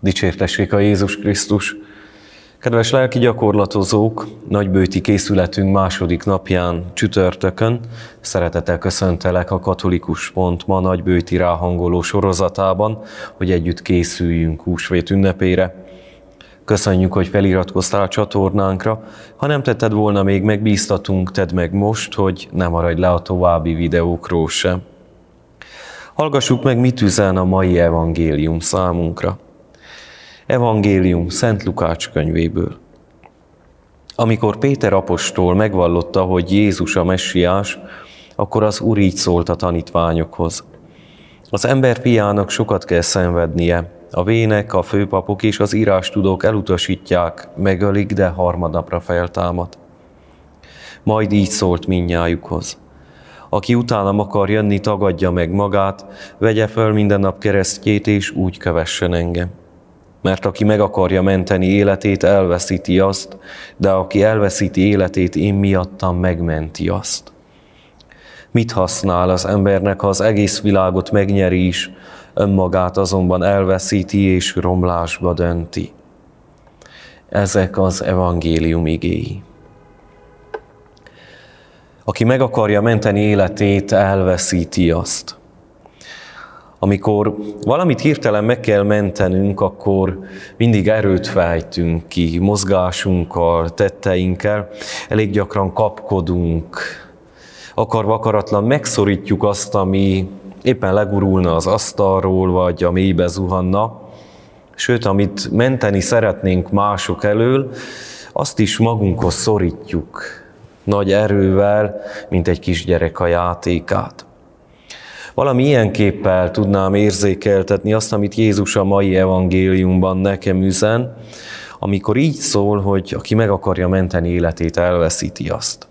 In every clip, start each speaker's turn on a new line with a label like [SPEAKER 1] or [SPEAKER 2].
[SPEAKER 1] Dicsértessék a Jézus Krisztus! Kedves lelki gyakorlatozók, nagybőti készületünk második napján, csütörtökön szeretettel köszöntelek a Katolikus Pont ma nagybőti ráhangoló sorozatában, hogy együtt készüljünk húsvét ünnepére. Köszönjük, hogy feliratkoztál a csatornánkra. Ha nem tetted volna még, megbíztatunk, tedd meg most, hogy ne maradj le a további videókról sem. Hallgassuk meg, mit üzen a mai evangélium számunkra. Evangélium Szent Lukács könyvéből. Amikor Péter apostol megvallotta, hogy Jézus a messiás, akkor az Úr így szólt a tanítványokhoz. Az ember fiának sokat kell szenvednie, a vének, a főpapok és az írástudók elutasítják, megölik, de harmadnapra feltámad. Majd így szólt mindnyájukhoz. Aki utánam akar jönni, tagadja meg magát, vegye föl minden nap keresztjét, és úgy kövessen engem. Mert aki meg akarja menteni életét, elveszíti azt, de aki elveszíti életét, én miattam megmenti azt. Mit használ az embernek, ha az egész világot megnyeri is, önmagát azonban elveszíti és romlásba dönti? Ezek az evangélium igéi. Aki meg akarja menteni életét, elveszíti azt. Amikor valamit hirtelen meg kell mentenünk, akkor mindig erőt fejtünk ki, mozgásunkkal, tetteinkkel, elég gyakran kapkodunk, akarva akaratlan megszorítjuk azt, ami éppen legurulna az asztalról, vagy a mélybe zuhanna, sőt, amit menteni szeretnénk mások elől, azt is magunkhoz szorítjuk nagy erővel, mint egy kisgyerek a játékát. Valami ilyenképpel tudnám érzékeltetni azt, amit Jézus a mai evangéliumban nekem üzen, amikor így szól, hogy aki meg akarja menteni életét, elveszíti azt.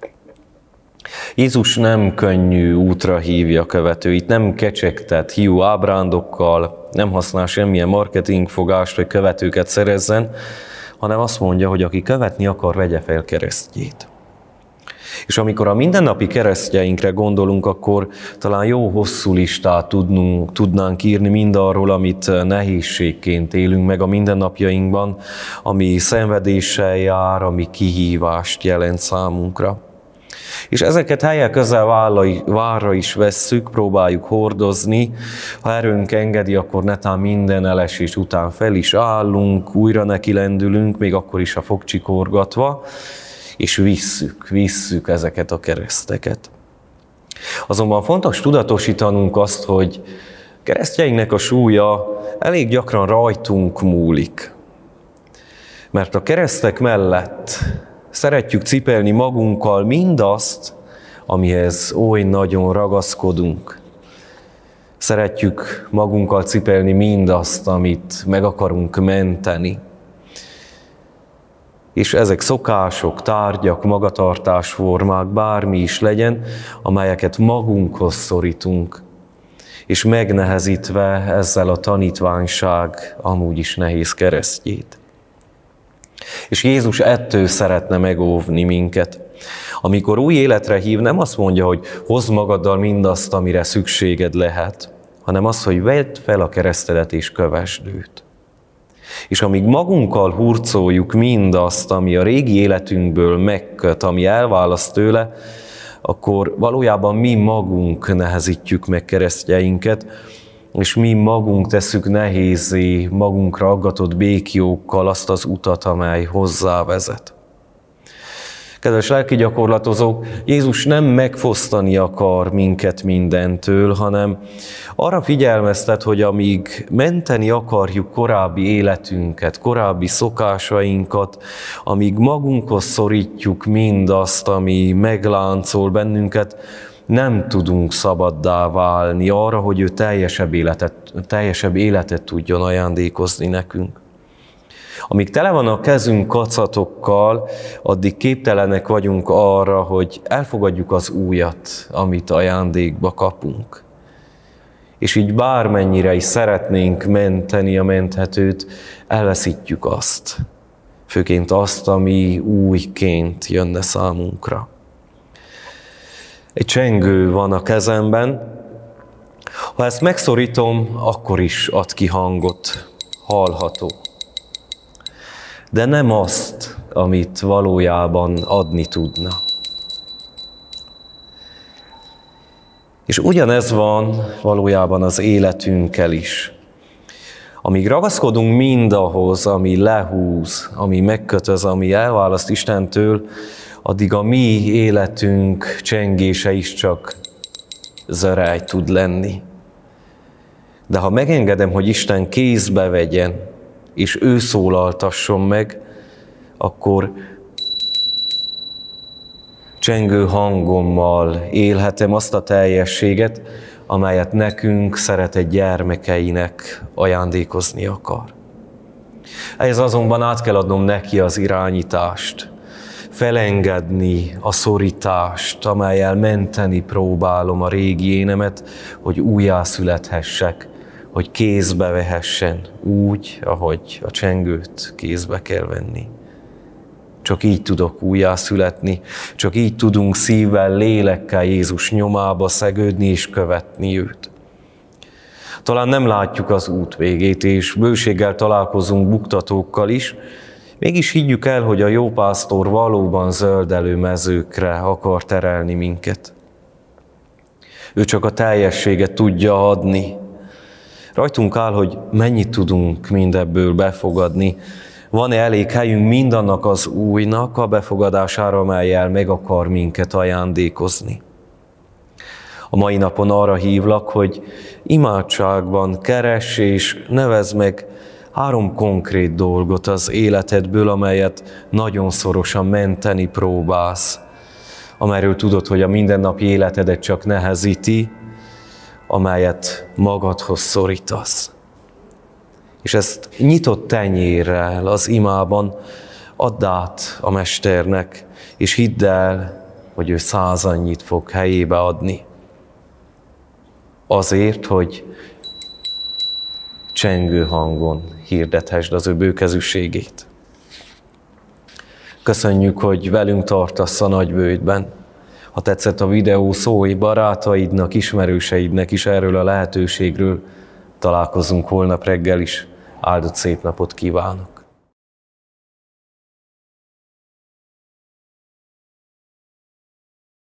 [SPEAKER 1] Jézus nem könnyű útra hívja követőit, nem kecsegtet hiú ábrándokkal, nem használ semmilyen marketingfogást, hogy követőket szerezzen, hanem azt mondja, hogy aki követni akar, vegye fel keresztjét. És amikor a mindennapi keresztjeinkre gondolunk, akkor talán jó hosszú listát tudnánk írni mindarról, amit nehézségként élünk meg a mindennapjainkban, ami szenvedéssel jár, ami kihívást jelent számunkra. És ezeket helyek közel várra is vesszük, próbáljuk hordozni. Ha erőnk engedi, akkor netán minden elesés után fel is állunk, újra neki lendülünk, még akkor is a fogcsikorgatva, és visszük ezeket a kereszteket. Azonban fontos tudatosítanunk azt, hogy keresztjeinknek a súlya elég gyakran rajtunk múlik. Mert a keresztek mellett szeretjük cipelni magunkkal mindazt, amihez oly nagyon ragaszkodunk. Szeretjük magunkkal cipelni mindazt, amit meg akarunk menteni. És ezek szokások, tárgyak, magatartásformák, bármi is legyen, amelyeket magunkhoz szorítunk, és megnehezítve ezzel a tanítványság amúgy is nehéz keresztjét. És Jézus ettől szeretne megóvni minket. Amikor új életre hív, nem azt mondja, hogy hozd magaddal mindazt, amire szükséged lehet, hanem azt, hogy vedd fel a keresztedet és kövesd őt. És amíg magunkkal hurcoljuk mindazt, ami a régi életünkből megköt, ami elválaszt tőle, akkor valójában mi magunk nehezítjük meg keresztjeinket, és mi magunk tesszük nehézzé magunkra aggatott békjókkal azt az utat, amely hozzá vezet. Kedves lelki gyakorlatozók, Jézus nem megfosztani akar minket mindentől, hanem arra figyelmeztet, hogy amíg menteni akarjuk korábbi életünket, korábbi szokásainkat, amíg magunkhoz szorítjuk mindazt, ami megláncol bennünket, nem tudunk szabaddá válni arra, hogy ő teljesebb életet tudjon ajándékozni nekünk. Amíg tele van a kezünk kacatokkal, addig képtelenek vagyunk arra, hogy elfogadjuk az újat, amit ajándékba kapunk. És így bármennyire is szeretnénk menteni a menthetőt, elveszítjük azt. Főként azt, ami újként jönne számunkra. Egy csengő van a kezemben, ha ezt megszorítom, akkor is ad ki hangot. hallható. De nem azt, amit valójában adni tudna. És ugyanez van valójában az életünkkel is. Amíg ragaszkodunk mindahhoz, ami lehúz, ami megkötöz, ami elválaszt Istentől, addig a mi életünk csengése is csak zörály tud lenni. De ha megengedem, hogy Isten kézbe vegyen, és ő szólaltasson meg, akkor csengő hangommal élhetem azt a teljességet, amelyet nekünk szeretett gyermekeinek ajándékozni akar. Ehhez azonban át kell adnom neki az irányítást, felengedni a szorítást, amellyel menteni próbálom a régi énemet, hogy újjászülethessek, hogy kézbe vehessen úgy, ahogy a csengőt kézbe kell venni. Csak így tudok újjászületni, csak így tudunk szívvel, lélekkel Jézus nyomába szegődni és követni őt. Talán nem látjuk az út végét, és bőséggel találkozunk buktatókkal is, mégis higgyük el, hogy a jó pásztor valóban zöldelő mezőkre akar terelni minket. Ő csak a teljességet tudja adni. Rajtunk áll, hogy mennyit tudunk mindebből befogadni. Van-e elég helyünk mindannak az újnak a befogadására, amellyel meg akar minket ajándékozni? A mai napon arra hívlak, hogy imádságban keress és nevezd meg 3 konkrét dolgot az életedből, amelyet nagyon szorosan menteni próbálsz, amelyről tudod, hogy a mindennapi életedet csak nehezíti, amelyet magadhoz szorítasz. És ezt nyitott tenyérrel az imában add át a Mesternek, és hidd el, hogy ő 100 annyit fog helyébe adni. Azért, hogy csengő hangon hirdethesd az ő bőkezűségét. Köszönjük, hogy velünk tartasz a nagybőjtben. Ha tetszett a videó, szólj barátaidnak, ismerőseidnek is erről a lehetőségről. Találkozunk holnap reggel is. Áldott szép napot kívánok!